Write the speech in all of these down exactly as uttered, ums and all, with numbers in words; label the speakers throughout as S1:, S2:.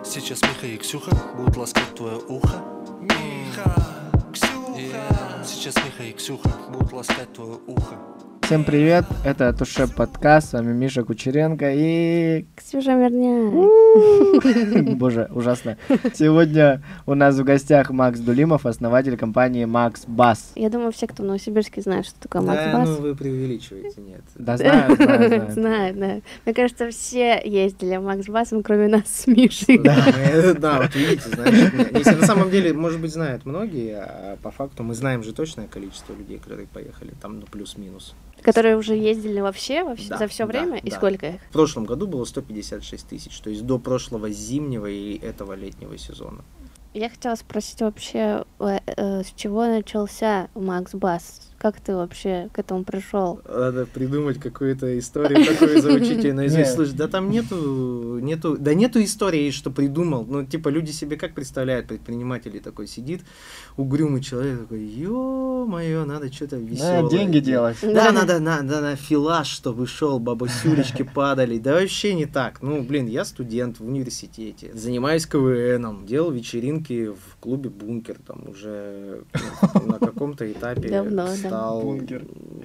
S1: Сейчас Миха и Ксюха будут ласкать твое ухо. Миха, Ксюха. Yeah. Сейчас Миха и Ксюха будут ласкать твое ухо.
S2: Всем привет, это Тушеп подкаст, с вами Миша Кучеренко и...
S3: Ксюша Мирняк.
S2: Боже, ужасно. Сегодня у нас в гостях Макс Дулимов, основатель компании Макс Бас.
S3: Я думаю, все, кто в Новосибирске, знают, что такое Макс
S4: Да,
S3: Бас.
S4: ну вы преувеличиваете, нет.
S2: Да, знаю, знаю, знаю.
S3: Знаю, да. Мне кажется, все ездили в Макс Басом, кроме нас с Мишей.
S4: Да, мы- да, вот видите, знаешь, если на самом деле, может быть, знают многие, а по факту мы знаем же точное количество людей, которые поехали, там, ну, плюс-минус.
S3: Которые уже ездили вообще во вс-
S4: Да,
S3: за все
S4: да,
S3: время? И
S4: да.
S3: сколько их?
S4: В прошлом году было сто пятьдесят шесть тысяч, то есть до прошлого зимнего и этого летнего сезона.
S3: Я хотела спросить вообще, э, э, с чего начался Макс Бас? Как ты вообще к этому пришел?
S4: Надо придумать какую-то историю такую заучительную.
S2: Нет.
S4: Слушай, да там нету, нету, да нету истории, что придумал. Ну, типа, люди себе как представляют, предприниматели такой сидит, угрюмый человек такой, ё-моё, надо что-то веселое.
S2: Надо деньги делать.
S4: Да, надо, надо на филаж, чтобы шел, бабусюлечки падали. Да вообще не так. Ну, блин, я студент в университете, занимаюсь КВНом, делал вечеринки в клубе «Бункер», там уже ну, на каком-то этапе
S3: Давно, да.
S4: стал
S2: «Бункер».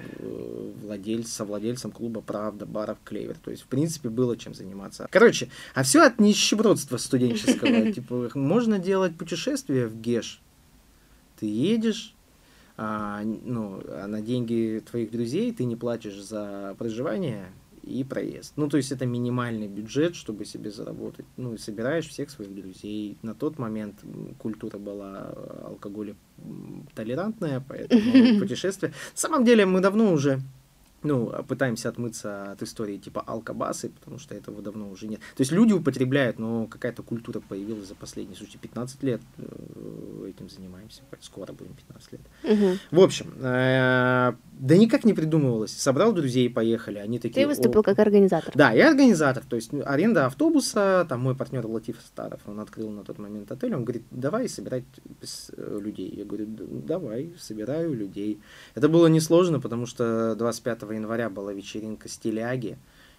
S4: э, владельцем, совладельцем клуба «Правда», баров «Клевер». То есть, в принципе, было чем заниматься. Короче, а все от нищебродства студенческого. Типа, можно делать путешествие в Геш. Ты едешь, а, ну, а на деньги твоих друзей ты не платишь за проживание и проезд. Ну, то есть это минимальный бюджет, чтобы себе заработать. Ну, и собираешь всех своих друзей. На тот момент м, культура была алкоголя м, толерантная, поэтому путешествие. На самом деле мы давно уже ну, пытаемся отмыться от истории типа алкобасы, потому что этого давно уже нет. То есть люди употребляют, но какая-то культура появилась за последние, слушайте, пятнадцать лет э, этим занимаемся. Скоро будем пятнадцать лет.
S3: Мгм.
S4: В общем, э, да никак не придумывалось. Собрал друзей, поехали. Они такие...
S3: Ты выступил
S4: «О».
S3: как организатор.
S4: Да, я организатор. То есть ну, аренда автобуса, там мой партнер Латиф Старов, он открыл на тот момент отель, он говорит, давай собирать с- э, людей. Я говорю, «Да, давай, собираю людей. Это было несложно, потому что двадцать пятого января была вечеринка «Стиляги»,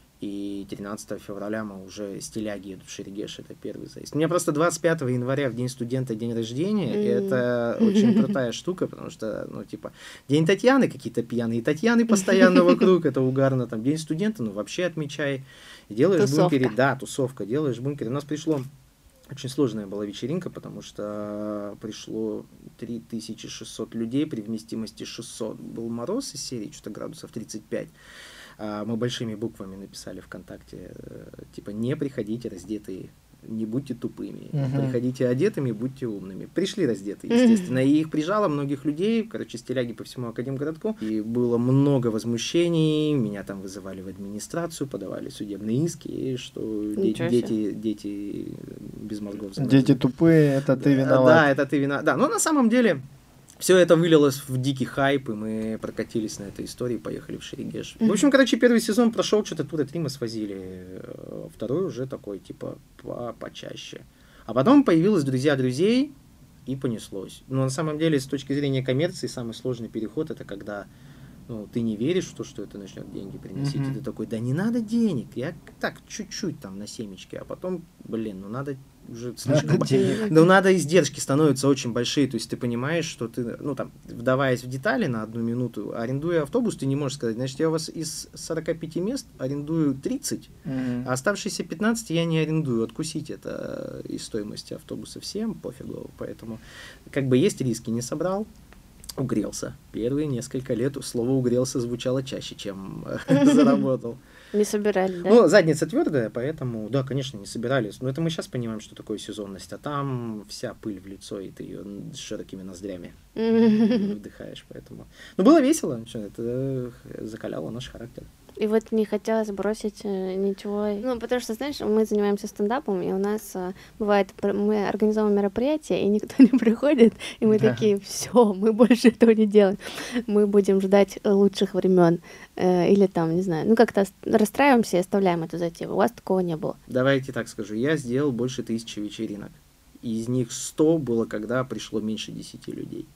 S4: и тринадцатого февраля мы уже «Стиляги» едут в Шерегеш, это первый заезд. У меня просто двадцать пятого января в день студента день рождения, и
S3: М.
S4: это очень крутая штука, потому что, ну, типа, день Татьяны, какие-то пьяные Татьяны постоянно вокруг, это угарно, там, день студента, ну, вообще отмечай. И делаешь в
S3: Тусовка.
S4: бункере, да, тусовка, делаешь в бункере. У нас пришло, очень сложная была вечеринка, потому что пришло три тысячи шестьсот людей при вместимости шестьсот. Был мороз из серии, что-то градусов тридцать пять. А, Мы большими буквами написали ВКонтакте, э, типа, не приходите раздетые, не будьте тупыми,
S2: Мгм.
S4: приходите одетыми, будьте умными. Пришли раздетые, естественно, и их прижало многих людей, короче, стиляги по всему Академгородку, и было много возмущений, меня там вызывали в администрацию, подавали судебные иски, и что де-
S3: Ничего себе.
S4: дети, дети без мозгов.
S2: Дети тупые, это ты
S4: Да,
S2: виноват.
S4: это ты виноват. Да, но на самом деле все это вылилось в дикий хайп, и мы прокатились на этой истории, поехали в Шерегеш. В общем, короче, первый сезон прошел, что-то тура три мы свозили, э, второй уже такой, типа, по- почаще. А потом появилось «Друзья друзей», и понеслось. Но на самом деле, с точки зрения коммерции, самый сложный переход — это когда ну, ты не веришь в то, что это начнет деньги приносить,
S2: Мгм.
S4: и ты такой, да не надо денег, я так чуть-чуть там на семечке, а потом, блин, ну надо уже слишком...
S2: Надо
S4: бо-
S2: денег.
S4: Ну, надо, издержки становятся очень большие, то есть ты понимаешь, что ты, ну, там, вдаваясь в детали на одну минуту, арендуя автобус, ты не можешь сказать, значит, я у вас из сорока пяти мест арендую тридцать,
S2: Мгм.
S4: а оставшиеся пятнадцать я не арендую, откусить это из стоимости автобуса всем, пофигу, поэтому, как бы, есть риски, не собрал, угрелся. Первые несколько лет слово «угрелся» звучало чаще, чем заработал.
S3: Не собирали, да?
S4: Ну, задница твердая, поэтому, да, конечно, не собирались. Но это мы сейчас понимаем, что такое сезонность. А там вся пыль в лицо, и ты ее с широкими ноздрями вдыхаешь. Поэтому. Ну, было весело. Что, это закаляло наш характер.
S3: И вот не хотелось бросить э, ничего. Ну, потому что, знаешь, мы занимаемся стендапом, и у нас э, бывает, пр- мы организовываем мероприятие, и никто не приходит, и мы
S2: Да.
S3: такие, все, мы больше этого не делаем. Мы будем ждать лучших времен. Э, или там, не знаю, ну как-то ос- расстраиваемся и оставляем эту затею. У вас такого не было.
S4: Давайте так скажу. Я сделал больше тысячи вечеринок. Из них сто было, когда пришло меньше десяти людей.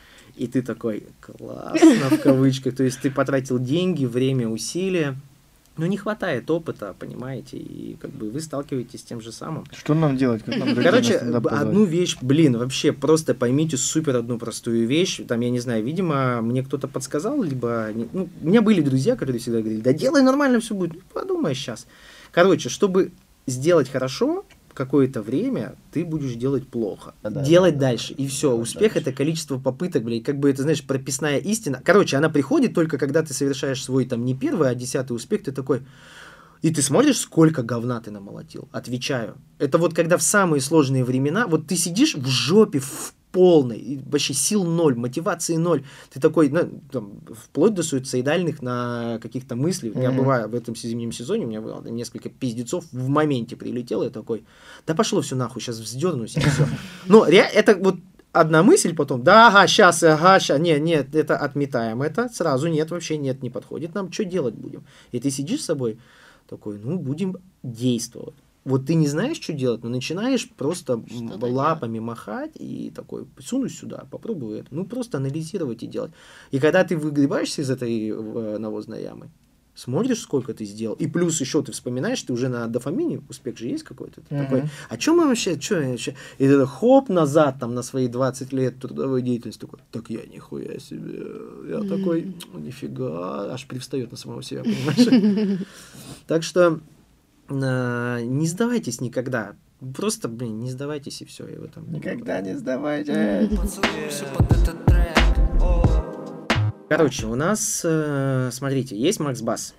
S4: И ты такой, классно, в кавычках. То есть ты потратил деньги, время, усилия. Ну, не хватает опыта, понимаете, и как бы вы сталкиваетесь с тем же самым.
S2: Что нам делать? Как нам друзей
S4: Короче,
S2: на стендап позвать?
S4: одну вещь, блин, вообще просто поймите супер одну простую вещь. Там, я не знаю, видимо, мне кто-то подсказал, либо... не- Ну, у меня были друзья, которые всегда говорили, да делай нормально, все будет. Ну, подумай сейчас. Короче, чтобы сделать хорошо какое-то время, ты будешь делать плохо.
S2: Да, да,
S4: делать
S2: да, да,
S4: дальше.
S2: да.
S4: И все.
S2: Делать
S4: Успех
S2: дальше.
S4: это количество попыток, блядь. Как бы это, знаешь, прописная истина. Короче, она приходит только когда ты совершаешь свой там не первый, а десятый успех, ты такой... И ты смотришь, сколько говна ты намолотил. Отвечаю. Это вот когда в самые сложные времена, вот ты сидишь в жопе, в полной, и вообще сил ноль, мотивации ноль. Ты такой, ну, там, вплоть до суицидальных на каких-то мыслей. У меня
S2: Мгм.
S4: бывает в этом зимнем сезоне, у меня было несколько пиздецов в моменте прилетело, я такой, да пошло все нахуй, сейчас вздернусь, и все. Но ре- это вот одна мысль потом, да, ага, сейчас, ага, сейчас, нет, нет, это отметаем, это сразу нет, вообще нет, не подходит нам, что делать будем? И ты сидишь с собой, такой, ну, будем действовать. Вот ты не знаешь, что делать, но начинаешь просто м,
S3: Что-то
S4: лапами махать и такой, сунусь сюда, попробую это. Ну, просто анализировать и делать. И когда ты выгребаешься из этой э, навозной ямы, смотришь, сколько ты сделал, и плюс еще ты вспоминаешь, ты уже на дофамине, успех же есть какой-то, ты
S2: Мгм.
S4: такой, а что мы вообще, что вообще? И ты хоп, назад, там, на свои двадцать лет трудовой деятельности, такой, так я нихуя себе, я такой, «Ну, нифига, аж привстает на самого себя, понимаешь? Так что э, не сдавайтесь никогда. Просто, блин, не сдавайтесь и все. И в этом...
S2: Никогда не сдавайте.
S1: Поцелуйся под этот трек. О.
S4: Короче, у нас, э, смотрите, есть Макс Бас.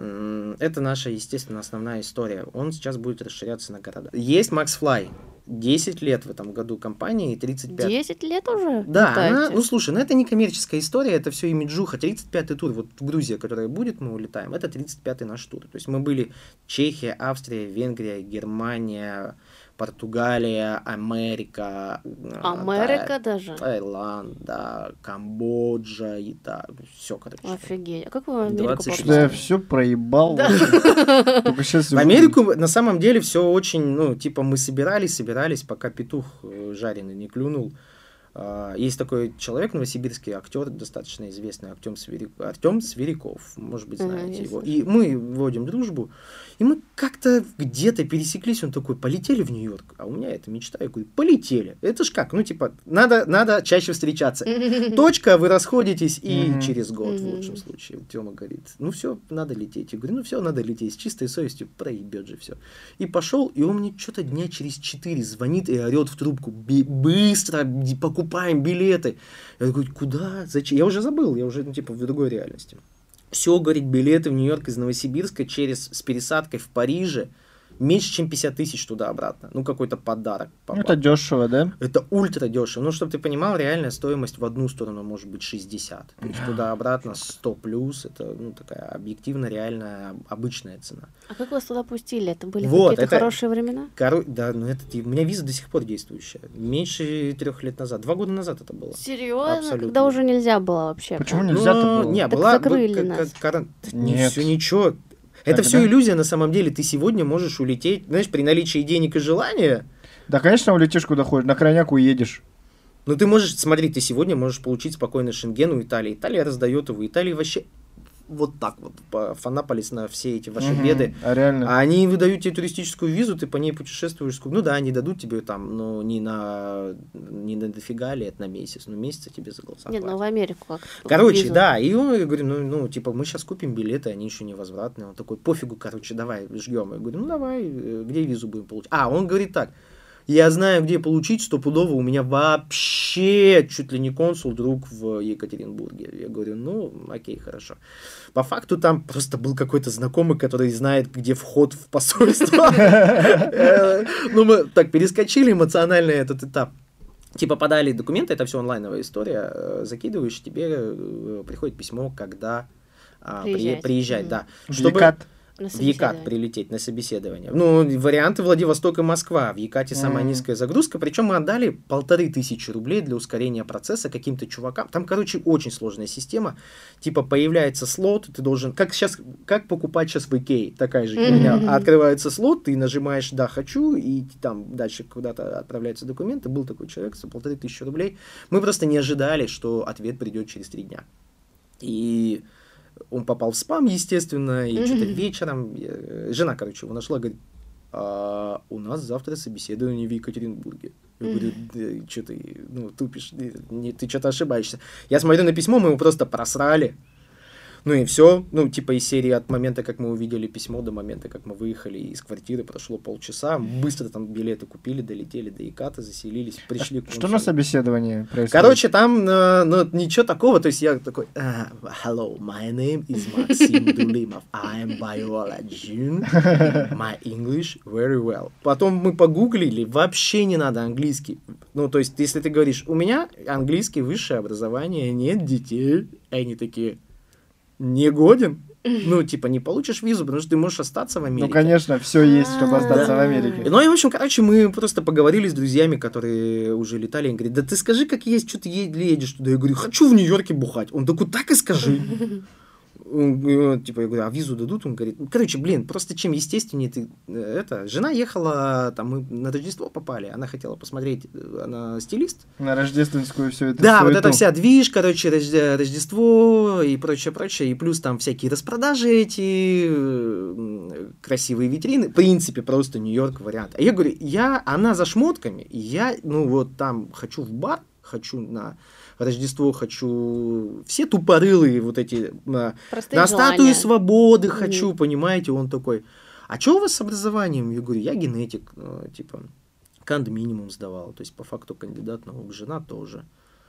S4: М, Это наша, естественно, основная история. Он сейчас будет расширяться на города. Есть Макс Флай. десять лет в этом году компании, тридцать пять.
S3: Десять лет уже?
S4: Да,
S3: летаете?
S4: она, ну слушай, ну это не коммерческая история, это все имиджуха. тридцать пятый тур, вот в Грузия, которая будет, мы улетаем, это тридцать пятый наш тур. То есть мы были Чехия, Австрия, Венгрия, Германия, Португалия, Америка. э,
S3: Америка
S4: Та-
S3: даже?
S4: Таиланд, да, Камбоджа, и да, все, короче.
S3: Офигеть. А как вы в Америку
S4: двадцать
S2: Что-то я
S3: попали?
S2: все проебал.
S3: Да.
S2: вообще. Только сейчас
S4: В Америку на самом деле все очень, ну, типа мы собирались, собирались, пока петух э, жареный не клюнул. А, Есть такой человек, новосибирский актер, достаточно известный, Артем Свиряков, Артем Свиряков, может быть,
S3: Ага,
S4: знаете
S3: я
S4: его.
S3: слышала.
S4: И мы вводим дружбу, и мы как-то где-то пересеклись, он такой, полетели в Нью-Йорк, а у меня это мечта, я говорю, полетели. Это ж как, ну, типа, надо, надо чаще встречаться. Точка, вы расходитесь, и
S2: Мгм.
S4: через год, в
S3: Мгм.
S4: лучшем случае. Тёма говорит, ну все, надо лететь. Я говорю, ну все, надо лететь, с чистой совестью, проебет же все. И пошел, и он мне что-то дня через четыре звонит и орет в трубку, «Би- быстро ди- покупаем билеты. Я такой, куда, зачем? Я уже забыл, я уже, ну, типа, в другой реальности. Все, говорит, билеты в Нью-Йорк из Новосибирска через, с пересадкой в Париже меньше, чем пятьдесят тысяч туда-обратно. Ну, какой-то подарок.
S2: Ну, это дешево, да?
S4: Это ультра дешево. Ну, чтобы ты понимал, реальная стоимость в одну сторону может быть шестьдесят. То есть туда-обратно сто плюс. Это, ну, такая объективно реальная обычная цена.
S3: А как вас туда пустили? Это были
S4: Вот,
S3: какие-то
S4: это-
S3: хорошие времена?
S4: Коро... Да, ну это у меня виза до сих пор действующая. Меньше трех лет назад. Два года назад это было.
S3: Серьезно?
S4: Абсолютно.
S3: Когда уже нельзя было вообще?
S2: Почему
S3: прям?
S2: нельзя-то
S4: Ну,
S2: было?
S4: Не,
S3: Так
S4: была...
S3: закрыли
S4: как-
S3: нас.
S4: как- корон-
S2: Нет.
S4: Все ничего. Это
S2: Тогда-
S4: все иллюзия на самом деле. Ты сегодня можешь улететь, знаешь, при наличии денег и желания.
S2: Да, конечно, улетишь куда хочешь, на крайняк уедешь.
S4: Ну, ты можешь, смотри, ты сегодня можешь получить спокойно Шенген у Италии. Италия раздает его. Италия вообще вот так вот пофанапались на все эти ваши
S2: Мгм.
S4: беды.
S2: А реально?
S4: А они выдают тебе туристическую визу, ты по ней путешествуешь. сколько- Ну да, они дадут тебе там, но не на, не на дофига лет, на месяц. Ну, месяца тебе за глаза
S3: Нет, ну
S4: хватит.
S3: в Америку как?
S4: Короче,
S3: Визу.
S4: да, и он, я говорю, ну, ну, типа, мы сейчас купим билеты, они еще невозвратные. Он такой, пофигу, короче, давай, ждем. Я говорю, ну, давай, э, где визу будем получать? А, он говорит так, я знаю, где получить, стопудово, у меня вообще чуть ли не консул, друг в Екатеринбурге. Я говорю, ну, окей, хорошо. По факту там просто был какой-то знакомый, который знает, где вход в посольство. Э, Ну, мы так перескочили эмоционально этот этап. Типа подали документы, это все онлайновая история, э, закидываешь, тебе э, приходит письмо, когда а, при-
S3: Приезжать.
S4: приезжать,
S3: Мгм.
S4: да.
S2: В
S4: Чтобы
S2: Екат?
S3: На
S4: в Екат
S3: собеседование.
S4: прилететь на собеседование. Ну, варианты Владивосток и Москва. В Екате самая
S2: Мгм.
S4: низкая загрузка, причем мы отдали полторы тысячи рублей для ускорения процесса каким-то чувакам. Там, короче, очень сложная система. Типа появляется слот, ты должен... Как сейчас, как покупать сейчас в Икее? Такая же херня.
S3: Мгм.
S4: Открывается слот, ты нажимаешь «да, хочу», и там дальше куда-то отправляются документы. Был такой человек за полторы тысячи рублей. Мы просто не ожидали, что ответ придет через три дня. И он попал в спам, естественно, и что-то вечером жена, короче, его нашла, говорит, а у нас завтра собеседование в Екатеринбурге. Я говорю, да, что ты, ну, тупишь, ты, ты что-то ошибаешься. Я смотрю на письмо, мы его просто просрали. Ну и все, ну типа из серии от момента, как мы увидели письмо, до момента, как мы выехали из квартиры, прошло полчаса, быстро там билеты купили, долетели до Икаты, заселились, пришли.
S2: А что на собеседовании происходит?
S4: Короче, там, ну, ничего такого, то есть я такой, uh, hello, my name is Максим Дулимов, I'm biologist, my English very well. Потом мы погуглили, вообще не надо английский. Ну, то есть, если ты говоришь, у меня английский, высшее образование, нет детей, они такие... Не годен? Ну, типа, не получишь визу, потому что ты можешь остаться в Америке.
S2: Ну, конечно, все есть, чтобы остаться в Америке.
S4: Ну, и, в общем, короче, мы просто поговорили с друзьями, которые уже летали. Они говорят, да ты скажи, как есть, что ты едешь туда. Я говорю, хочу в Нью-Йорке бухать. Он такой, так и скажи. Он, типа, я говорю, а визу дадут? Он говорит, ну, короче, блин, просто чем естественнее ты... Это, жена ехала, там, мы на Рождество попали, она хотела посмотреть, она стилист.
S2: На рождественскую всю эту
S4: Да,
S2: суету.
S4: вот эта вся движ, короче, Рождество и прочее, прочее, и плюс там всякие распродажи эти, красивые витрины, в принципе, просто Нью-Йорк вариант. А я говорю, я, она за шмотками, я, ну, вот там хочу в бар, хочу на... Рождество хочу, все тупорылые вот эти,
S3: простые
S4: на
S3: желания.
S4: статую свободы
S3: Mm-hmm.
S4: хочу, понимаете, он такой, а что у вас с образованием? Я говорю, я генетик, типа, канд минимум сдавал, то есть по факту кандидат наук, жена тоже.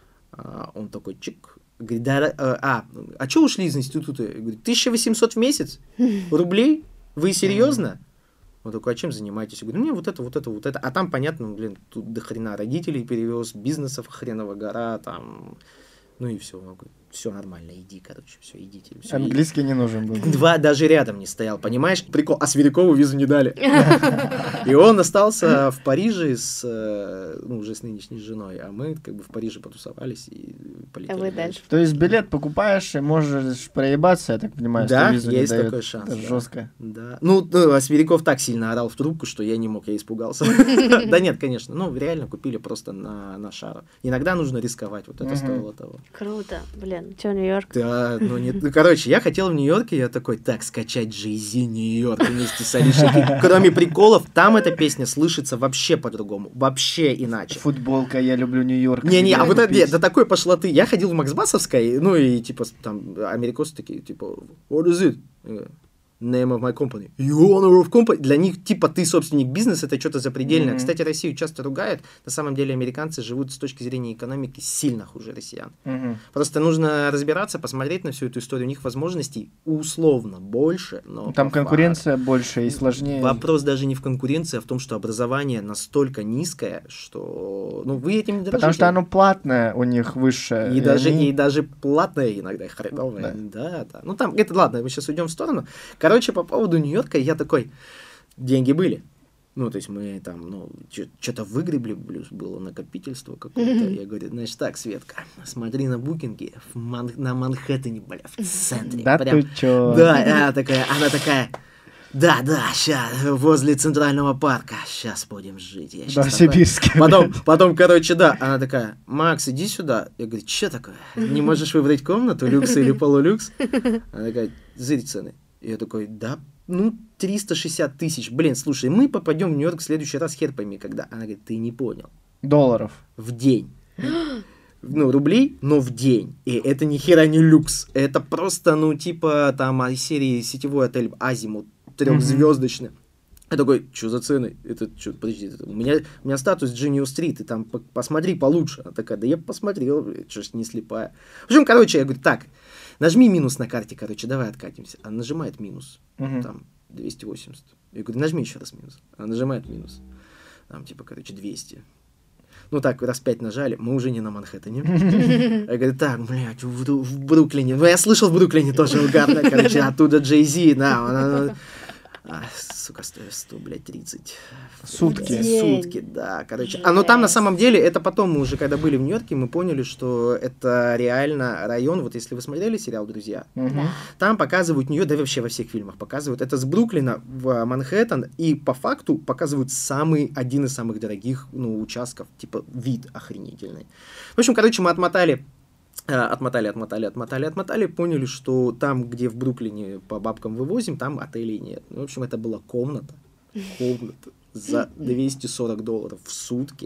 S4: А он такой, чик, говорит, да, а, а что ушли из института? Я говорю, тысяча восемьсот в месяц рублей? Вы серьезно? Он такой, а чем занимаетесь? Я говорю, ну, мне вот это, вот это, вот это. А там, понятно, блин, тут до хрена родителей перевез, бизнесов хренова гора, там, ну и все. Все нормально, иди, короче, все, идите. Всё,
S2: Английский
S4: иди.
S2: не нужен был.
S4: Два даже рядом не стоял, понимаешь? Прикол, а Сверякову визу не дали. И он остался в Париже с, ну, уже с нынешней женой, а мы как бы в Париже потусовались и полетели.
S3: А вы дальше?
S2: То есть билет покупаешь и можешь проебаться, я так понимаю,
S4: Да,
S2: что визу не
S4: есть
S2: дают.
S4: такой шанс.
S2: Это
S4: да.
S2: жестко.
S4: Да. Ну, а Сверяков так сильно орал в трубку, что я не мог, я испугался. Да нет, конечно. Ну, реально купили просто на шару. Иногда нужно рисковать, вот это стоило того.
S3: Круто, блин. Че, Нью-Йорк?
S4: Да, ну нет. Ну, короче, я хотел в Нью-Йорке, я такой, так, скачать Jay-Z Нью-Йорк вместе с Алишей. Кроме приколов, там эта песня слышится вообще по-другому, вообще иначе.
S2: Футболка, я люблю Нью-Йорк.
S4: Не-не, а вот это, нет, до такой пошла ты. Я ходил в Максбасовской, ну и типа там америкосы такие, типа, what is it? Name of my company. You owner of company. Для них, типа, ты собственник бизнеса, это что-то запредельное. Mm-hmm. Кстати, Россию часто ругают. На самом деле, американцы живут с точки зрения экономики сильно хуже россиян. Mm-hmm. Просто нужно разбираться, посмотреть на всю эту историю. У них возможностей условно больше, но...
S2: Там конкуренция факту больше и сложнее.
S4: Вопрос даже не в конкуренции, а в том, что образование настолько низкое, что... Ну, вы этим не дорожите.
S2: Потому что оно платное у них высшее.
S4: И, и, даже,
S2: они...
S4: и даже платное иногда хреновое. Да. да, да. Ну, там, это ладно, мы сейчас уйдем в сторону. Короче, по поводу Нью-Йорка, я такой, деньги были. Ну, то есть мы там, ну, что-то выгребли, плюс было накопительство какое-то. Mm-hmm. Я говорю, значит так, Светка, смотри на букинге в Ман- на Манхэттене, бля, в центре.
S2: Да
S4: прям,
S2: ты чё?
S4: Да, она такая, она такая, да, да, сейчас, возле Центрального парка, сейчас будем жить. Я
S2: да, в Сибирске.
S4: Потом, потом, короче, да, она такая, Макс, иди сюда. Я говорю, что такое? Не можешь выбрать комнату, люкс или полулюкс? Она такая, зырь цены. Я такой, да, ну, триста шестьдесят тысяч. Блин, слушай, мы попадем в Нью-Йорк в следующий раз, хер пойми когда. Она говорит, ты не понял.
S2: Долларов.
S4: В день. Ну, рублей, но в день. И это ни хера не люкс. Это просто, ну, типа, там, из серии сетевой отель Азимут, трехзвездочный. Я такой, что за цены? Это, что, подожди, это, у, меня, у меня статус Genius Street, ты там по- посмотри получше. Она такая, да я посмотрел, что ж не слепая. В общем, короче, я говорю, так, нажми минус на карте, короче, давай откатимся. Она нажимает минус, uh-huh. там, двести восемьдесят. Я говорю, нажми еще раз минус. Она нажимает минус. Там, типа, короче, двести. Ну так, раз пять нажали, мы уже не на Манхэттене. Я говорю, так, блядь, в, в Бруклине. Ну, я слышал, в Бруклине тоже угарно, короче, оттуда Jay-Z, да, А, сука, стоит сто, блядь, тридцать.
S2: Сутки.
S4: Сутки, да, короче. А, но там на самом деле, это потом мы уже, когда были в Нью-Йорке, мы поняли, что это реально район, вот если вы смотрели сериал «Друзья»,
S2: угу.
S4: там показывают Нью-Йорк, да вообще во всех фильмах показывают, это с Бруклина в Манхэттен, и по факту показывают самый, один из самых дорогих, ну, участков, типа, вид охренительный. В общем, короче, мы отмотали Отмотали, отмотали, отмотали, отмотали, поняли, что там, где в Бруклине по бабкам вывозим, там отелей нет. Ну, в общем, это была комната, комната за двести сорок долларов в сутки.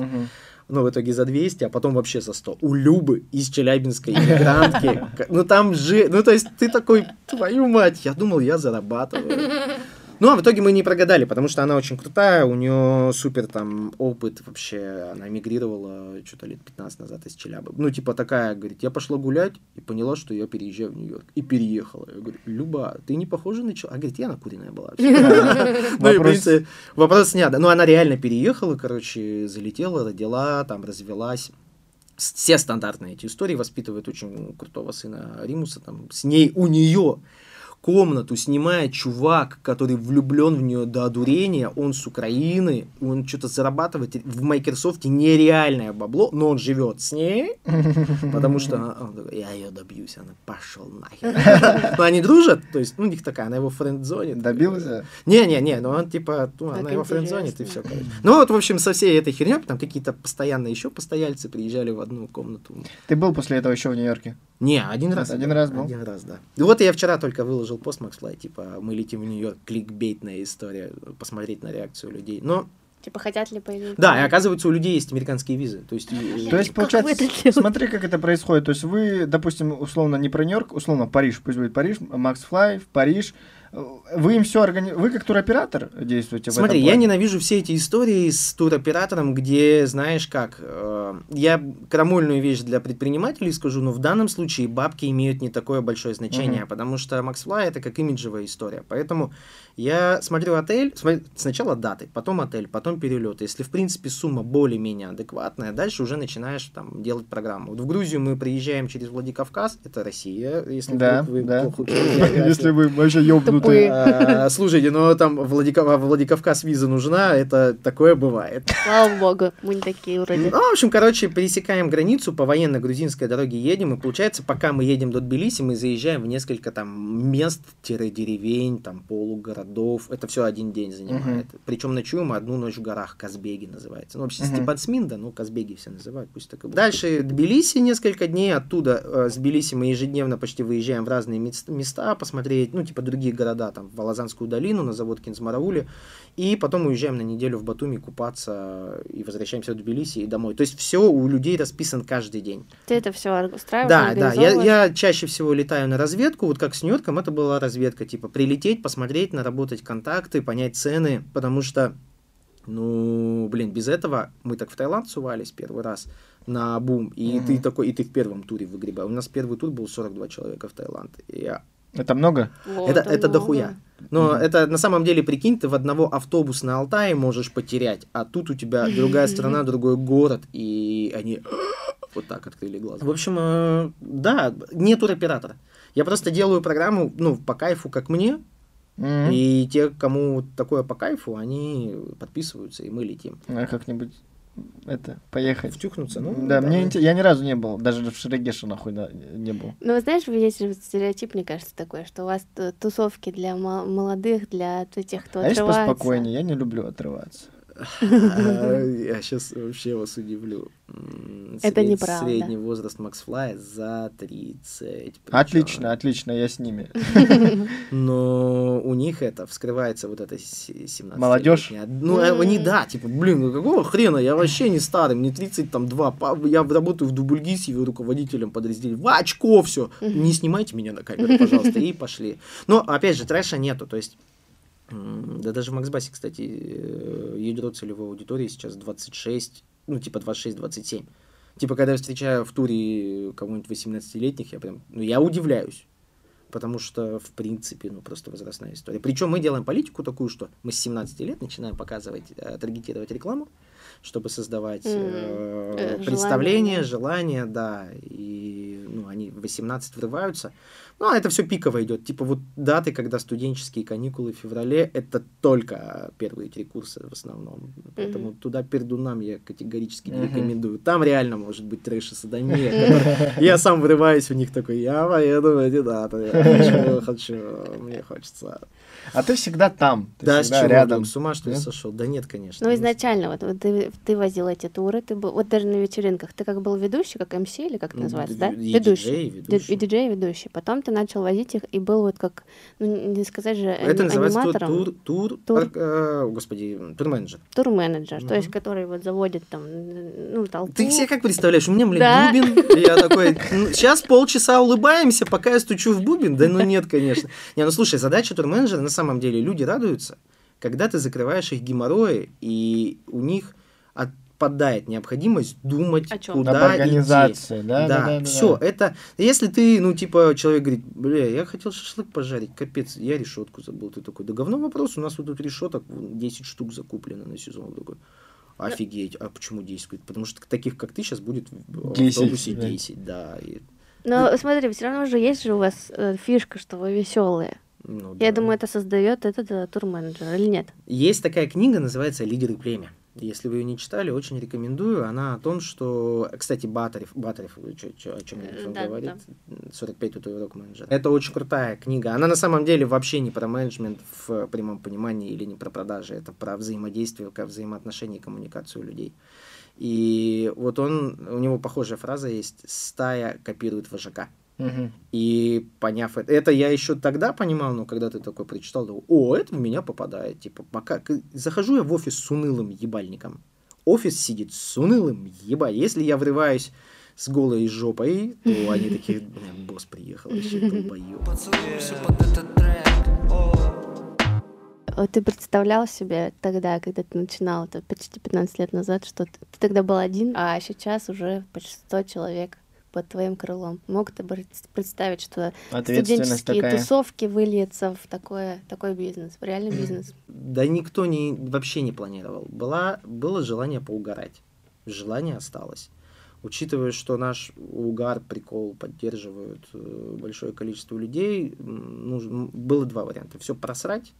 S4: Ну, в итоге за двести, а потом вообще за сто. У Любы из челябинской иммигрантки. Ну, там же... Ну, то есть, ты такой, твою мать, я думал, я зарабатываю. Ну, а в итоге мы не прогадали, потому что она очень крутая, у нее супер там опыт вообще. Она эмигрировала что-то лет пятнадцать назад из Челябы. Ну, типа такая, говорит, я пошла гулять и поняла, что я переезжаю в Нью-Йорк. И переехала. Я говорю, Люба, ты не похожа на человека? А говорит, я накуренная была. Ну, и, в принципе, вопрос снят. Ну, она реально переехала, короче, залетела, родила, там, развелась. Все стандартные эти истории, воспитывает очень крутого сына Римуса, там, с ней, у нее комнату снимает чувак, который влюблен в нее до одурения, он с Украины, он что-то зарабатывает в Microsoft нереальное бабло, но он живет с ней, потому что он такой, я ее добьюсь, она пошел нахер. Но они дружат, то есть, ну, у них такая, она его френдзонит.
S2: Добился?
S4: Не-не-не, ну он типа, ну, она его френдзонит и все, короче. Ну вот, в общем, со всей этой херней, там какие-то постоянно еще постояльцы приезжали в одну комнату.
S2: Ты был после этого еще в Нью-Йорке?
S4: Не, один раз.
S2: Один раз был?
S4: Один раз, да. И вот я вчера только выложил пост MaxFly, типа, мы летим в Нью-Йорк, кликбейтная история, посмотреть на реакцию людей. Но...
S3: Типа, хотят ли появиться?
S4: Да, и оказывается, у людей есть американские визы. То есть,
S2: то есть получается, смотри, как это происходит. То есть вы, допустим, условно, не про Нью-Йорк, условно, Париж, пусть будет Париж, MaxFly в Париж. Вы им все организуете? Вы как туроператор действуете?
S4: Смотри,
S2: в этом
S4: я ненавижу все эти истории с туроператором, где, знаешь как, э, я крамольную вещь для предпринимателей скажу, но в данном случае бабки имеют не такое большое значение, uh-huh. потому что MaxFly это как имиджевая история. Поэтому я смотрю отель, смотрю, сначала даты, потом отель, потом перелет. Если, в принципе, сумма более-менее адекватная, дальше уже начинаешь там делать программу. Вот в Грузию мы приезжаем через Владикавказ, это Россия, если
S2: да,
S4: вы
S2: да. Если вы вообще ёбнутые.
S4: А, слушайте, ну там Владикав... Владикавказ виза нужна, это такое бывает.
S3: Слава богу, мы не такие вроде.
S4: Ну, в общем, короче, пересекаем границу, по военно-грузинской дороге едем, и получается, пока мы едем до Тбилиси, мы заезжаем в несколько там мест-деревень, там полугородов, это все один день занимает. Uh-huh. Причем ночуем мы одну ночь в горах, Казбеги называется. Ну, вообще uh-huh. Степан Сминда, ну, Казбеги все называют, пусть так и будет. Дальше Тбилиси несколько дней, оттуда э, с Тбилиси мы ежедневно почти выезжаем в разные места, посмотреть, ну, типа другие города, там, в Волозанскую долину, на завод Кинзмараули, и потом уезжаем на неделю в Батуми купаться и возвращаемся в Тбилиси и домой. То есть все у людей расписан каждый день.
S3: Ты это все устраиваешь?
S4: Да, да, я, я чаще всего летаю на разведку, вот как с Нью-Йорком, это была разведка, типа прилететь, посмотреть, наработать контакты, понять цены, потому что, ну, блин, без этого мы так в Таиланд сувались первый раз на бум, и mm-hmm. ты такой, и ты в первом туре выгребаешь. У нас первый тур был сорок два человека в Таиланд, и я
S2: Это много?
S3: Вот,
S4: это
S3: это,
S4: это
S3: много.
S4: дохуя. Но
S2: Mm-hmm.
S4: это на самом деле, прикинь, ты в одного автобус на Алтае можешь потерять, а тут у тебя другая страна, другой город, и они вот так открыли глаза. В общем, э, да, не туроператора. Я просто делаю программу, ну, по кайфу, как мне,
S2: Mm-hmm.
S4: и те, кому такое по кайфу, они подписываются, и мы летим.
S2: А как-нибудь это, поехать.
S4: Втюхнуться, ну,
S2: да,
S4: да,
S2: мне
S4: да.
S2: инте- я ни разу не был, даже в Шерегеше нахуй да, не был.
S3: Ну, вы знаешь, есть же стереотип, мне кажется, такой, что у вас т- тусовки для мо- молодых, для т- тех, кто
S2: А есть
S3: отрывается.
S2: поспокойнее, я не люблю отрываться.
S4: Я сейчас вообще вас удивлю.
S3: Это
S4: Сред-
S3: неправда.
S4: Средний возраст MaxFly за тридцать. причем.
S2: Отлично, отлично, я с ними.
S4: Но у них это вскрывается вот это семнадцать.
S2: Молодежь?
S4: Ну,
S3: М.
S4: они, да, типа, блин, ну какого хрена, я вообще не старый, мне тридцать два, я работаю в Дубльгисе руководителем подразделения, в очко все, не снимайте меня на камеру, пожалуйста, и пошли. Но, опять же, трэша нету, то есть, м, да даже в Максбасе, кстати, э, ядро целевой аудитории сейчас двадцать шесть, ну, типа двадцать шесть двадцать семь. Типа, когда я встречаю в туре кого-нибудь восемнадцатилетних, я прям, ну, я удивляюсь. Потому что, в принципе, ну, просто возрастная история. Причем мы делаем политику такую, что мы с семнадцати лет начинаем показывать, э, таргетировать рекламу, чтобы создавать э,
S3: Э,
S4: представление,
S3: желание,
S4: желание, да. И, ну, они в восемнадцать врываются. Ну, а это все пиково идет. Типа вот даты, когда студенческие каникулы в феврале, это только первые три курса в основном. Поэтому
S3: Мгм.
S4: туда пердунам я категорически не
S2: Мгм.
S4: рекомендую. Там реально может быть трэш и садомия. который- Я сам врываюсь в них такой, я поеду в эти даты. Я хочу, хочу, мне хочется.
S2: А ты всегда там, ты
S4: Да, с
S2: всегда
S4: чего
S2: рядом.
S4: рядом. С ума, что ли,
S2: Нет?
S4: сошел? Да нет, конечно.
S3: Ну, изначально, вот, вот ты ты, ты возил эти туры, ты был, вот даже на вечеринках, ты как был ведущий, как эм си или как это называется,
S4: И
S3: да?
S4: диджей, и ведущий.
S3: И диджей, и ведущий. Потом ты начал возить их и был вот как, ну не сказать же
S4: Это называется
S3: аниматором.
S4: тур, тур,
S3: Тур.
S4: тур э, господи, турменеджер.
S3: Тур-менеджер,
S4: Мгм.
S3: то есть который вот заводит там, ну, толпу.
S4: Ты себе как представляешь? У меня, блин,
S3: Да.
S4: бубен. И я такой, ну, сейчас полчаса улыбаемся, пока я стучу в бубен. Да ну нет, конечно. Не, ну слушай, задача турменеджера на самом деле, люди радуются, когда ты закрываешь их геморрои, и у них отпадает необходимость думать,
S3: О чём?
S2: Об
S4: куда
S2: организации,
S4: идти.
S2: да, да, да, да,
S4: все,
S2: да.
S4: это, если ты, ну, типа, человек говорит, бля, я хотел шашлык пожарить, капец, я решетку забыл. Ты такой, да говно вопрос, у нас вот тут решеток десять штук закуплено на сезон. Такой, офигеть, а почему десять? Говорит, потому что таких, как ты, сейчас будет в
S2: десять,
S4: автобусе
S2: да.
S4: десять, да. И,
S3: Но смотри, все равно же есть же у вас э, фишка, что вы веселые.
S4: ну,
S3: Я
S4: да.
S3: думаю, это создает этот э, тур-менеджер или нет?
S4: Есть такая книга, называется «Лидеры племя». Если вы ее не читали, очень рекомендую. Она о том, что... Кстати, Батарев, Батарев чё, чё, о чем он
S3: Да,
S4: говорит,
S3: да.
S4: сорок пять татуировок менеджера. Это очень крутая книга. Она на самом деле вообще не про менеджмент в прямом понимании или не про продажи. Это про взаимодействие, как взаимоотношения и коммуникацию людей. И вот он, у него похожая фраза есть: «Стая копирует вожака».
S2: Мгм.
S4: И поняв это, это я еще тогда понимал, но когда ты такой прочитал, думал, о, это в меня попадает. Типа, пока к- захожу я в офис с унылым ебальником, офис сидит с унылым ебать. Если я врываюсь с голой жопой, то они такие, блин, босс приехал, вообще долбоёб.
S1: Поцелуемся под этот трек. О.
S3: Вот ты представлял себе тогда, когда ты начинал, это почти пятнадцать лет назад, что ты, ты тогда был один, а сейчас уже почти сто человек под твоим крылом. Мог ты бы представить, что
S2: Ответственность
S3: студенческие
S2: такая.
S3: тусовки выльются в такое, такой бизнес, в реальный бизнес?
S4: Да никто не, вообще не планировал. Была, было желание поугарать. Желание осталось. Учитывая, что наш угар, прикол поддерживают э, большое количество людей, м, нужно, было два варианта. Все просрать,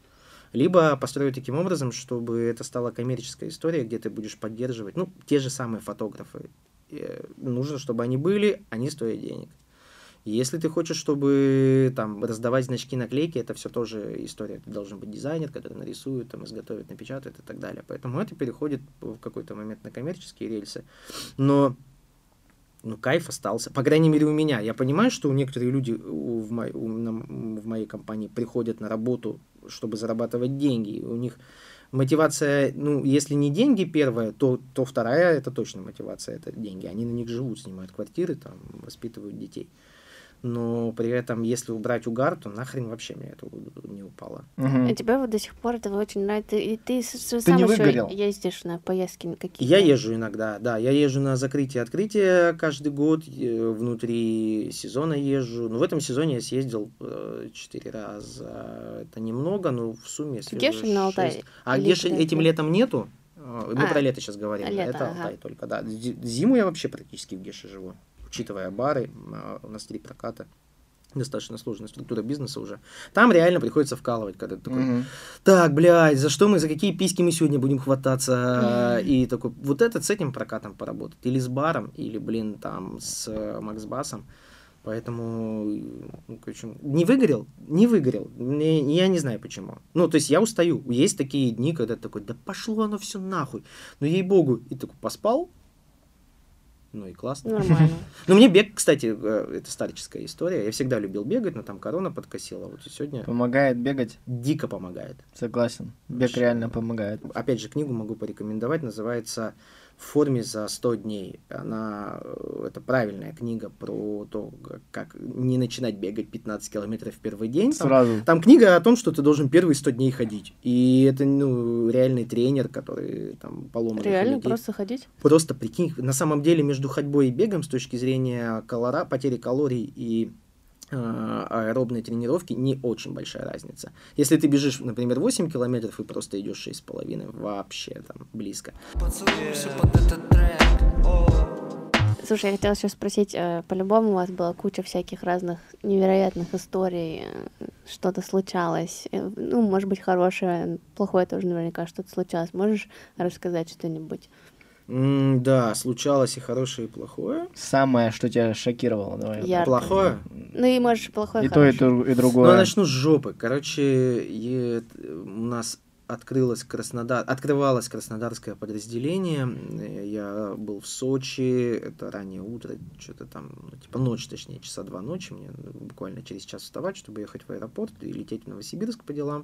S4: либо построить таким образом, чтобы это стала коммерческая история, где ты будешь поддерживать, ну, те же самые фотографы. Э, нужно, чтобы они были, они стоят денег. Если ты хочешь, чтобы там раздавать значки, наклейки, это все тоже история. Ты должен быть дизайнер, который нарисует, там, изготовит, напечатает и так далее. Поэтому это переходит в какой-то момент на коммерческие рельсы. Но ну, кайф остался. По крайней мере, у меня. Я понимаю, что у некоторых люди у- в, мо- у- на- в моей компании приходят на работу, чтобы зарабатывать деньги. У них мотивация, ну, если не деньги первая, то, то вторая, это точно мотивация, это деньги. Они на них живут, снимают квартиры, там, воспитывают детей. Но при этом, если убрать угар, то нахрен вообще мне это не упало.
S2: Мгм.
S3: И тебе вот до сих пор это очень нравится. И ты, с- с-
S2: Ты
S3: сам
S2: не
S3: еще
S2: выгорел?
S3: ездишь на поездки какие-то.
S4: Я езжу иногда, да, я езжу на закрытие открытие каждый год, э, внутри сезона езжу. Но в этом сезоне я съездил э, четыре раза. Это немного, но в сумме я съездил
S3: Геш или на Алтай?
S4: шесть. А
S3: Или
S4: Геш
S3: куда
S4: этим
S3: ты?
S4: летом нету. Э, Мы
S3: А,
S4: про лето сейчас говорим.
S3: лето,
S4: это
S3: ага.
S4: Алтай только, да. Зи- Зиму я вообще практически в Геше живу. Учитывая бары, э, у нас три проката. Достаточно сложная структура бизнеса уже. Там реально приходится вкалывать, когда ты такой,
S2: Мгм.
S4: так, блядь, за что мы, за какие письки мы сегодня будем хвататься? И такой, вот этот с этим прокатом поработать. Или с баром, или, блин, там, с э, Макс Басом. Поэтому, ну, короче, не выгорел? Не выгорел. Не- я не знаю почему. Ну, то есть я устаю. Есть такие дни, когда ты такой, да пошло оно все нахуй. Ну, ей-богу. И такой, поспал. Ну и классно.
S3: Нормально.
S4: Ну, мне бег, кстати, э, это старческая история. Я всегда любил бегать, но там корона подкосила. Вот и сегодня
S2: Помогает бегать?
S4: дико помогает.
S2: Согласен. Бег
S4: Вообще.
S2: реально помогает.
S4: Опять же, книгу могу порекомендовать, называется «В форме за сто дней». Она, э, это правильная книга про то, как не начинать бегать пятнадцать километров в первый день. Там,
S2: Сразу.
S4: там книга о том, что ты должен первые сто дней ходить. И это, ну, реальный тренер, который там поломанных
S3: Реально
S4: людей.
S3: просто ходить?
S4: Просто прикинь, на самом деле между ходьбой и бегом с точки зрения калора, потери калорий и э, аэробной тренировки не очень большая разница. Если ты бежишь, например, восемь километров и просто идешь шесть с половиной, вообще там близко.
S1: Поцелуемся под этот трек. О.
S3: Слушай, я хотела сейчас спросить, э, по-любому у вас была куча всяких разных невероятных историй, э, что-то случалось, э, ну, может быть, хорошее, плохое тоже наверняка что-то случалось. Можешь рассказать что-нибудь?
S4: М, да, случалось и хорошее, и плохое.
S2: Самое, что тебя шокировало, давай.
S3: Яркое.
S4: Плохое?
S3: Ну и можешь плохое,
S2: И то, и,
S3: хорошее.
S2: то, и
S4: Ну,
S2: другое.
S4: я начну с жопы. Короче, е- у нас открылось Краснодар, открывалось краснодарское подразделение. Я был в Сочи, это раннее утро, что-то там, ну, типа ночь, точнее, часа два ночи. Мне буквально через час вставать, чтобы ехать в аэропорт и лететь в Новосибирск по делам.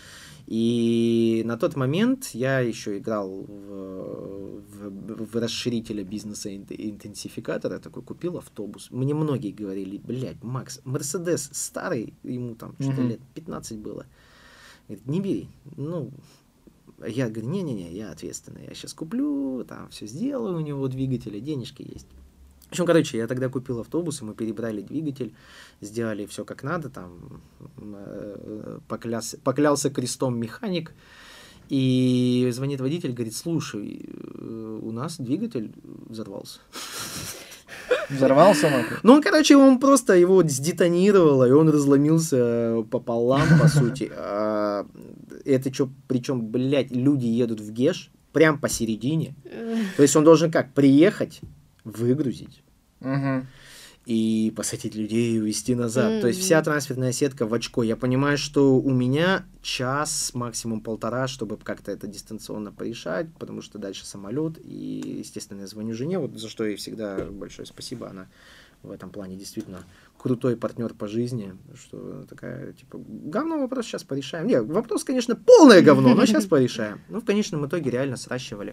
S4: И на тот момент я еще играл в, в, в расширителя бизнеса интенсификатора, такой купил автобус. Мне многие говорили, блядь, Макс, Мерседес старый, ему там что-то mm-hmm. лет пятнадцать было. Говорит, не бери. Ну, я говорю, не-не-не, я ответственный, я сейчас куплю, там все сделаю, у него двигатели, денежки есть. В общем, короче, я тогда купил автобус, и мы перебрали двигатель, сделали все как надо, там э, поклялся, поклялся крестом механик, и звонит водитель, говорит, слушай, у нас двигатель взорвался.
S2: Взорвался, Макс?
S4: Ну, короче, он просто его сдетонировал, и он разломился пополам, по сути. Это что, причем, блядь, люди едут в Геш прям посередине. То есть он должен как, приехать, выгрузить
S2: угу.
S4: и посадить людей и увезти назад. Mm-hmm. То есть вся транспортная сетка в очко. Я понимаю, что у меня час, максимум полтора, чтобы как-то это дистанционно порешать, потому что дальше самолет. И, естественно, я звоню жене, вот за что ей всегда большое спасибо. Она в этом плане действительно крутой партнер по жизни, что такая, типа, говно вопрос сейчас порешаем. Нет, вопрос, конечно, полное говно, но сейчас порешаем. Ну, в конечном итоге реально сращивали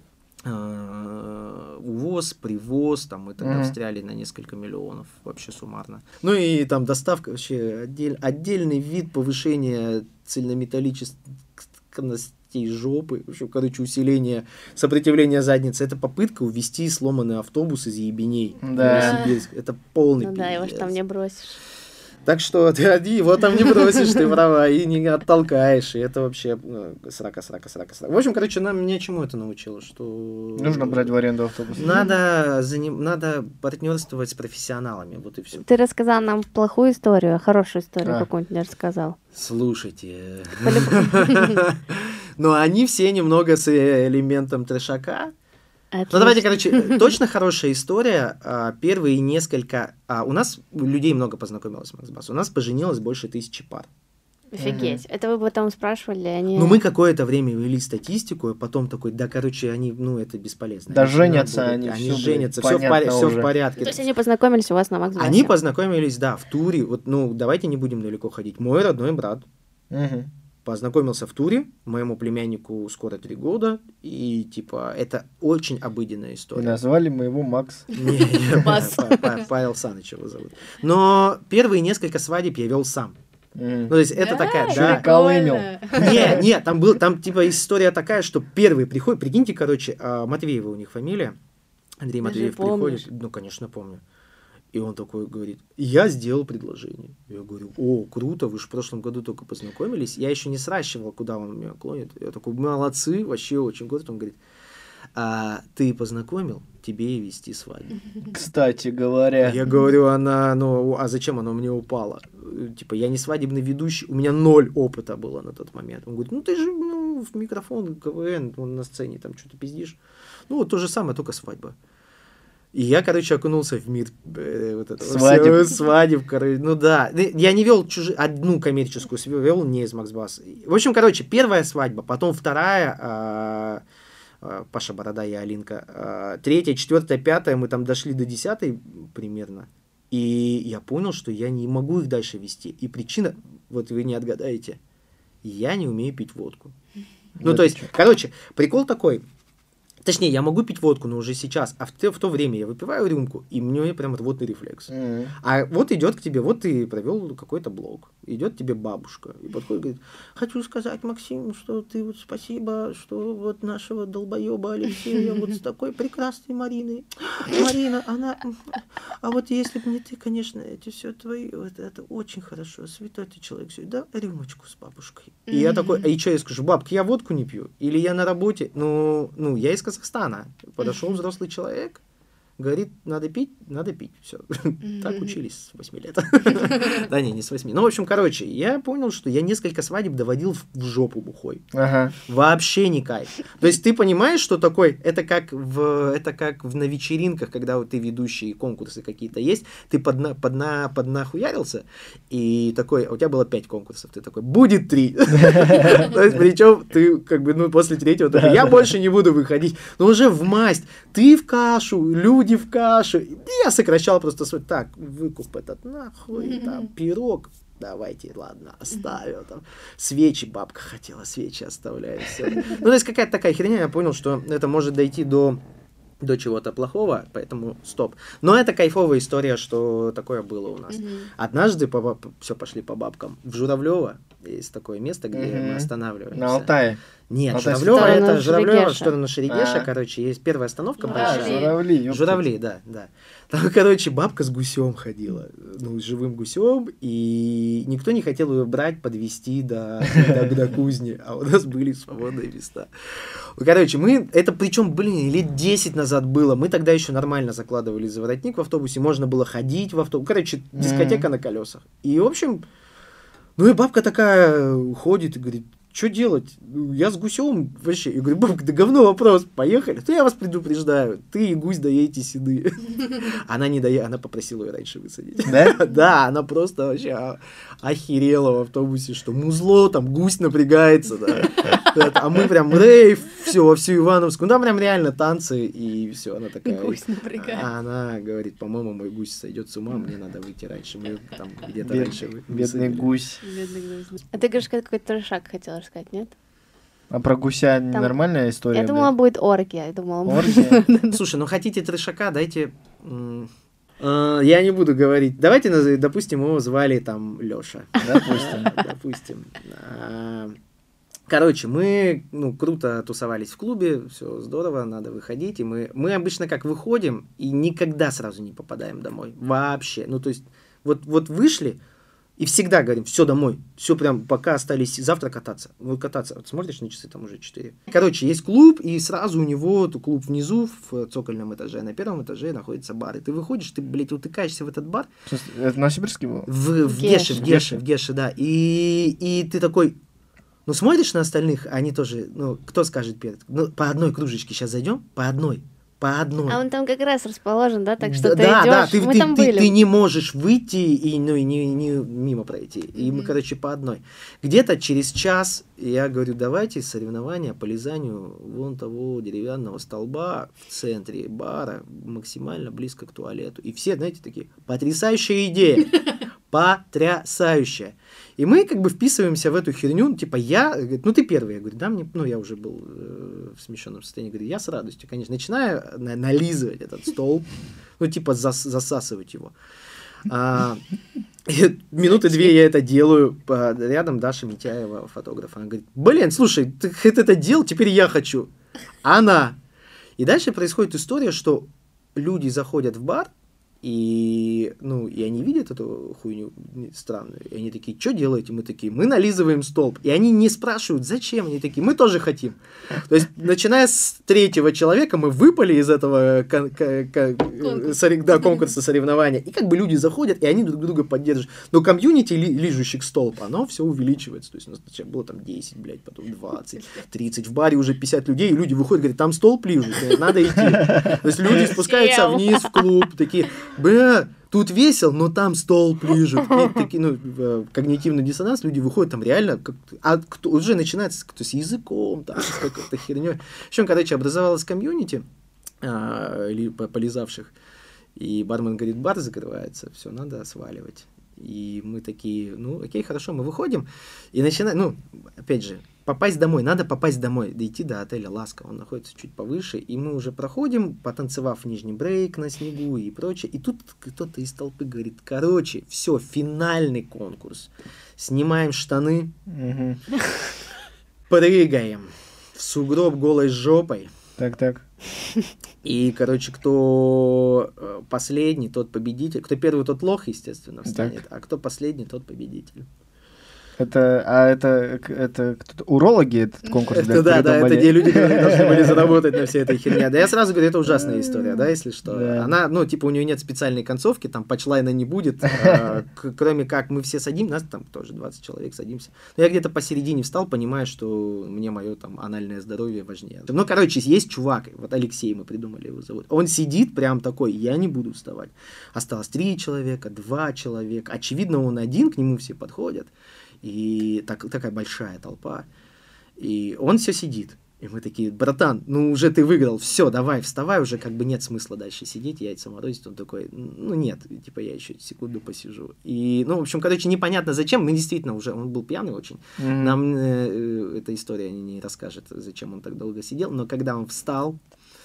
S4: увоз, привоз, там мы тогда mm-hmm. встряли на несколько миллионов, вообще суммарно. Ну и там доставка, вообще отдель, отдельный вид повышения цельнометаллической жопы, вообще, короче, усиление сопротивления задницы. Это попытка увезти сломанный автобус из ебеней.
S2: Да.
S4: Это полный
S3: ну,
S4: пиздец.
S3: Да, его ж там не бросишь.
S4: Так что ты его там не бросишь, ты права, и не оттолкаешь, и это вообще ну, срака, срака, срака, срака. В общем, короче, нам меня чему это научило, что...
S2: Нужно брать в аренду автобус.
S4: Надо, заним... Надо партнерствовать с профессионалами, вот и все.
S3: Ты рассказал нам плохую историю, а хорошую историю
S2: а.
S3: какую-нибудь не рассказал.
S4: Слушайте, но они все немного с элементом трешака. Отлично. Ну, давайте, короче, точно хорошая история. Первые несколько... У нас людей много познакомилось, Макс Бас. У нас поженилось больше тысячи пар.
S3: Офигеть. Mm-hmm. Это вы потом спрашивали, они...
S4: Ну, мы какое-то время вели статистику, а потом такой, да, короче, они, ну, это бесполезно.
S2: Да, женятся
S4: они.
S2: Они,
S4: они женятся, все в, поря- все в порядке.
S3: То есть они познакомились у вас на Макс Басе?
S4: Они познакомились, да, в туре. Вот, ну, давайте не будем далеко ходить. Мой родной брат.
S2: Mm-hmm.
S4: Познакомился в туре, моему племяннику скоро три года, и, типа, это очень обыденная история.
S2: И назвали мы его Макс.
S4: Павел Саныч его зовут. Но первые несколько свадеб я вел сам. Ну, то есть это такая, да.
S2: Колымел.
S4: Не, не, там был, там, типа, история такая, что первый приходит, прикиньте, короче, Матвеева у них фамилия, Андрей Матвеев приходит, ну, конечно, помню. И он такой говорит, я сделал предложение. Я говорю, о, круто, вы же в прошлом году только познакомились. Я еще не сращивал, куда он меня клонит. Я такой, молодцы, вообще очень круто. Он говорит, а ты познакомил, тебе и вести свадьбу.
S2: Кстати говоря.
S4: Я говорю, она, ну, а зачем она мне упала? Типа, я не свадебный ведущий, у меня ноль опыта было на тот момент. Он говорит, ну, ты же ну, в микрофон, КВН, он на сцене там что-то пиздишь. Ну, вот то же самое, только свадьба. И я, короче, окунулся в мир э, вот этого
S2: свадеб.
S4: Всего, свадеб, короче, ну да. Я не вел чужи... одну коммерческую, вел не из Макс Бас. В общем, короче, первая свадьба, потом вторая, а, а, Паша Борода и Алинка, а, третья, четвертая, пятая, мы там дошли до десятой примерно. И я понял, что я не могу их дальше вести. И причина, вот вы не отгадаете, я не умею пить водку. Ну, то есть, короче, прикол такой. Точнее, я могу пить водку, но уже сейчас, а в то, в то время я выпиваю рюмку, и мне прям рвотный рефлекс.
S2: Mm-hmm.
S4: А вот идет к тебе, вот ты провел какой-то блог, идет тебе бабушка, и подходит и говорит, хочу сказать, Максим, что ты вот спасибо, что вот нашего долбоеба Алексея вот с такой прекрасной Мариной. Марина, она... А вот если бы не ты, конечно, эти все твои, это, это очень хорошо, святой ты человек, да, рюмочку с бабушкой. Mm-hmm. И я такой, а и что я скажу, бабки, я водку не пью, или я на работе, ну, ну я из Казахстана. Подошел взрослый человек, говорит, надо пить, надо пить, все. Так учились с восьми лет. Да не, не с восьми. Ну, в общем, короче, я понял, что я несколько свадеб доводил в жопу бухой.
S2: Ага.
S4: Вообще не кайф. То есть ты понимаешь, что такой, это как в, это как в, на вечеринках, когда вот ты ведущие конкурсы какие-то есть, ты подна, подна, поднахуярился, и такой, а у тебя было пять конкурсов, ты такой, будет три. То есть, причем ты как бы, ну, после третьего такой, я больше не буду выходить. Но уже в масть, ты в кашу, люди в кашу. И я сокращал просто свой, так, выкуп этот нахуй, там, пирог, давайте, ладно, оставил, там, свечи, бабка хотела, свечи оставляем, все. Ну, то есть, какая-то такая херня, я понял, что это может дойти до... до чего-то плохого, поэтому стоп. Но это кайфовая история, что такое было у нас. Mm-hmm. Однажды по, по, все пошли по бабкам. В Журавлево есть такое место, где mm-hmm. мы останавливаемся.
S2: На Алтае.
S4: Нет,
S2: Алтайская.
S4: Журавлево это
S3: Шерегеша.
S4: Журавлево, что на Шерегеша,
S2: А.
S4: короче, есть первая остановка
S3: Журавли.
S4: большая.
S2: Журавли, ёптать.
S4: Журавли, да, да. Там, короче, бабка с гусем ходила, ну, с живым гусем, и никто не хотел ее брать, подвезти до, до, до кузни, а у нас были свободные места. Короче, мы, это причем, блин, лет десять назад было, мы тогда еще нормально закладывали за воротник в автобусе, можно было ходить в автобус, короче, дискотека mm-hmm. на колесах. И, в общем, ну и бабка такая ходит и говорит, что делать? Я с гусем вообще. Я говорю, бабка, да говно вопрос, поехали. То я вас предупреждаю, ты и гусь доедете седые. Она не доедет, она попросила ее раньше высадить.
S2: Да?
S4: Да, она просто вообще охерела в автобусе, что музло, там гусь напрягается, да. А мы прям рейв, все, во всю Ивановскую. Ну, там прям реально танцы, и все, она такая.
S3: Гусь напрягается.
S4: А она говорит, по-моему, мой гусь сойдет с ума, мне надо выйти раньше. Мы там где-то
S2: Бед-
S4: раньше вы-
S2: Бедный
S4: высадили.
S2: гусь.
S3: Бедный гусь. А ты говоришь, какой-то трешак хотела сказать, нет?
S2: А про гуся нормальная история?
S3: Я думала, будет оргия. Я думала,
S2: Оргия?
S4: Слушай, ну хотите трешака, дайте... м, э, Я не буду говорить. Давайте, наз- допустим, его звали там Лёша.
S2: Допустим.
S4: Допустим. А, Короче, мы, ну, круто тусовались в клубе, все здорово, надо выходить, и мы, мы обычно как выходим и никогда сразу не попадаем домой, вообще, ну, то есть, вот, вот вышли и всегда говорим, все домой, все прям, пока остались завтра кататься, ну, кататься, вот смотришь на часы, там уже четыре. Короче, есть клуб, и сразу у него, то клуб внизу, в цокольном этаже, на первом этаже находится бар, и ты выходишь, ты, блядь, утыкаешься в этот бар,
S2: Это Новосибирский был?
S4: в, в Геше, в Геше, в Геше, да, и, и ты такой... Ну, смотришь на остальных, они тоже, ну, кто скажет первый? Ну, по одной кружечке сейчас зайдем, по одной, по одной.
S3: А он там как раз расположен, да? Так что
S4: да,
S3: ты
S4: да,
S3: идешь.
S4: да, ты,
S3: Мы
S4: ты,
S3: там
S4: ты,
S3: были.
S4: ты не можешь выйти и, ну, и не, не мимо пройти. И мы,
S3: Мгм.
S4: короче, по одной. Где-то через час я говорю, давайте соревнования по лизанию вон того деревянного столба в центре бара, максимально близко к туалету. И все, знаете, такие, потрясающая идея. Потрясающая. И мы как бы вписываемся в эту херню, ну, типа я, говорит, ну ты первый, я говорю, да, мне, ну я уже был э, в смещенном состоянии, говорю, я с радостью, конечно, начинаю на- нализывать этот столб, ну типа зас- засасывать его. А, и минуты две я это делаю, по- рядом Даша Митяева, фотограф, она говорит, блин, слушай, ты это делал, теперь я хочу. Она. И дальше происходит история, что люди заходят в бар, и, ну, и они видят эту хуйню странную, и они такие, что делаете? Мы такие, мы нализываем столб. И они не спрашивают, зачем, они такие, мы тоже хотим. То есть, начиная с третьего человека, мы выпали из этого кон- ко- ко-
S3: Конкурс.
S4: сори- да, конкурса соревнования, и как бы люди заходят, и они друг друга поддерживают. Но комьюнити, ли- лижущих столб, оно все увеличивается. То есть, у нас сначала было там десять, блядь, потом двадцать, тридцать, в баре уже пятьдесят людей, и люди выходят, говорят, там столб лижут, надо идти. То есть, люди спускаются
S3: Сел.
S4: вниз в клуб, такие, бля, тут весел, но там стол лежит. И такие, ну, э, когнитивный диссонанс, люди выходят там реально, как, а кто, уже начинается кто с языком, там, с какой-то херней. В общем, короче, образовалась комьюнити а, ли- по- полизавших, и бармен говорит, бар закрывается, все, надо сваливать. И мы такие, ну, окей, хорошо, мы выходим, и начинаем, ну, опять же, попасть домой, надо попасть домой, дойти до отеля «Ласка», он находится чуть повыше, и мы уже проходим, потанцевав нижний брейк на снегу и прочее, и тут кто-то из толпы говорит, короче, все, финальный конкурс, снимаем штаны,
S2: Мгм.
S4: прыгаем в сугроб голой жопой,
S2: Так, так.
S4: и, короче, кто э, последний, тот победитель, кто первый, тот лох, естественно, встанет, а кто последний, тот победитель.
S2: Это, а это, к- это кто-то, урологи этот конкурс?
S4: Это да, да, это те люди, которые должны были заработать на всей этой херне. Да я сразу говорю, это ужасная история, да, если что.
S2: Да.
S4: Она, ну, типа, у нее нет специальной концовки, там патчлайна не будет, а, к- кроме как мы все садим, нас там тоже двадцать человек садимся. Но я где-то посередине встал, понимая, что мне мое там анальное здоровье важнее. Ну, короче, есть чувак, вот Алексей, мы придумали его зовут. Он сидит прям такой, я не буду вставать. Осталось три человека, два человека. Очевидно, он один, к нему все подходят. И так, такая большая толпа. И он все сидит. И мы такие, братан, ну уже ты выиграл, все, давай, вставай, уже как бы нет смысла дальше сидеть, яйца морозить. Он такой, ну нет, типа я еще секунду посижу. И, ну, в общем, короче, непонятно зачем, мы действительно уже, он был пьяный очень,
S2: Мгм.
S4: нам э, эта история не расскажет, зачем он так долго сидел, но когда он встал,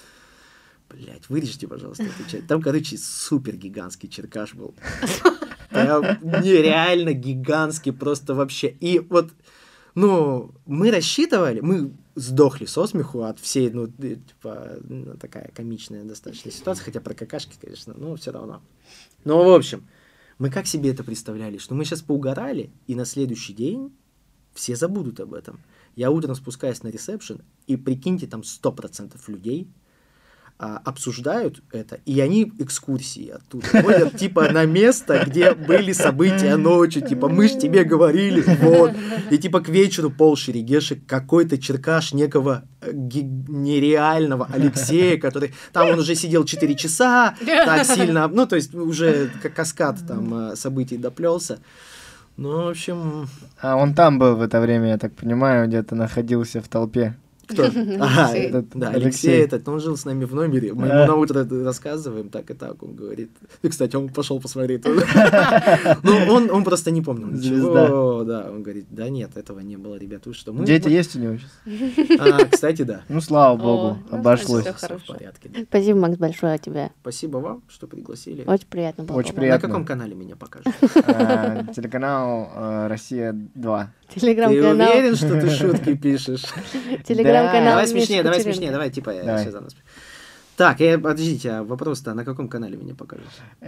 S4: блять, вырежьте, пожалуйста, эту часть. Там, короче, супер гигантский черкаш был. Прям нереально гигантский, просто вообще. И вот, ну, мы рассчитывали, мы сдохли со смеху от всей, ну, э, типа, ну, такая комичная достаточно ситуация, хотя про какашки, конечно, но все равно. Ну, в общем, мы как себе это представляли, что мы сейчас поугорали, и на следующий день все забудут об этом. Я утром спускаюсь на ресепшн, и прикиньте, там сто процентов людей а, обсуждают это, и они экскурсии оттуда ходят, типа, на место, где были события ночью, типа, мы ж тебе говорили, вот, и, типа, к вечеру пол Шерегешек, какой-то черкаш некого э, ги- нереального Алексея, который, там он уже сидел четыре часа, так сильно, ну, то есть, уже как каскад там э, событий доплелся. Ну, в общем,
S2: А он там был в это время, я так понимаю, где-то находился в толпе.
S4: кто? Ага,
S3: Алексей.
S4: этот, да,
S2: Алексей.
S4: Алексей этот, он жил с нами в номере, мы
S2: А.
S4: ему на утро это рассказываем, так и так, он говорит. И, кстати, он пошел посмотреть тоже. Ну, он, он просто не помнил ничего, да, он говорит, да нет, этого не было, ребят, вы что? Мы-
S2: Дети
S4: мы-
S2: есть у него сейчас?
S4: А, кстати, да.
S2: Ну, слава
S3: О,
S2: богу,
S3: ну,
S2: обошлось.
S3: значит,
S4: Всё
S3: хорошо.
S4: в порядке. да.
S3: Спасибо, Макс, большое тебе.
S4: Спасибо вам, что пригласили.
S3: Очень приятно было.
S2: Очень
S3: поболтать.
S4: На
S2: приятно.
S4: каком канале меня покажут?
S2: А, Телеканал э, «Россия два».
S4: Ты
S3: Телеграм-канал.
S4: уверен, что ты шутки пишешь?
S3: Телеграм-канал.
S4: Давай
S3: Миши
S4: смешнее, давай
S3: Кучеренко.
S4: смешнее, давай, типа, я
S2: Давай.
S4: сейчас заново. Так, я, подождите, а вопрос-то, на каком канале меня покажут?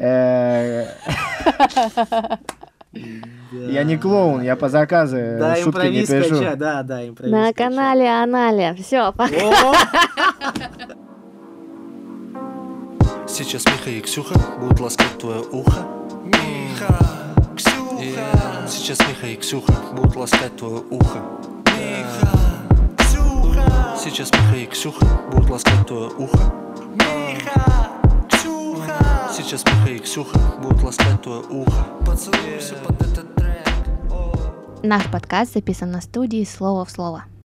S2: Э, Я не клоун, я по заказу
S4: Да,
S2: шутки не
S4: импровиз
S2: пишу.
S4: скачать, да, да, импровиз
S3: На
S4: скачать.
S3: канале Анале. Все, пока.
S4: О!
S1: Сейчас Миха и Ксюха будут ласкать твое ухо. Миха, Ксюха. Сейчас Миха и Ксюха будут ласкать твое ухо. Миха, Ксюха. Сейчас Миха и Ксюха будут ласкать твое ухо. Миха, Ксюха. Сейчас Миха и Ксюха будут ласкать твое ухо. Поцелуйся под этот трек.
S5: Наш подкаст записан на студии «Слово в слово».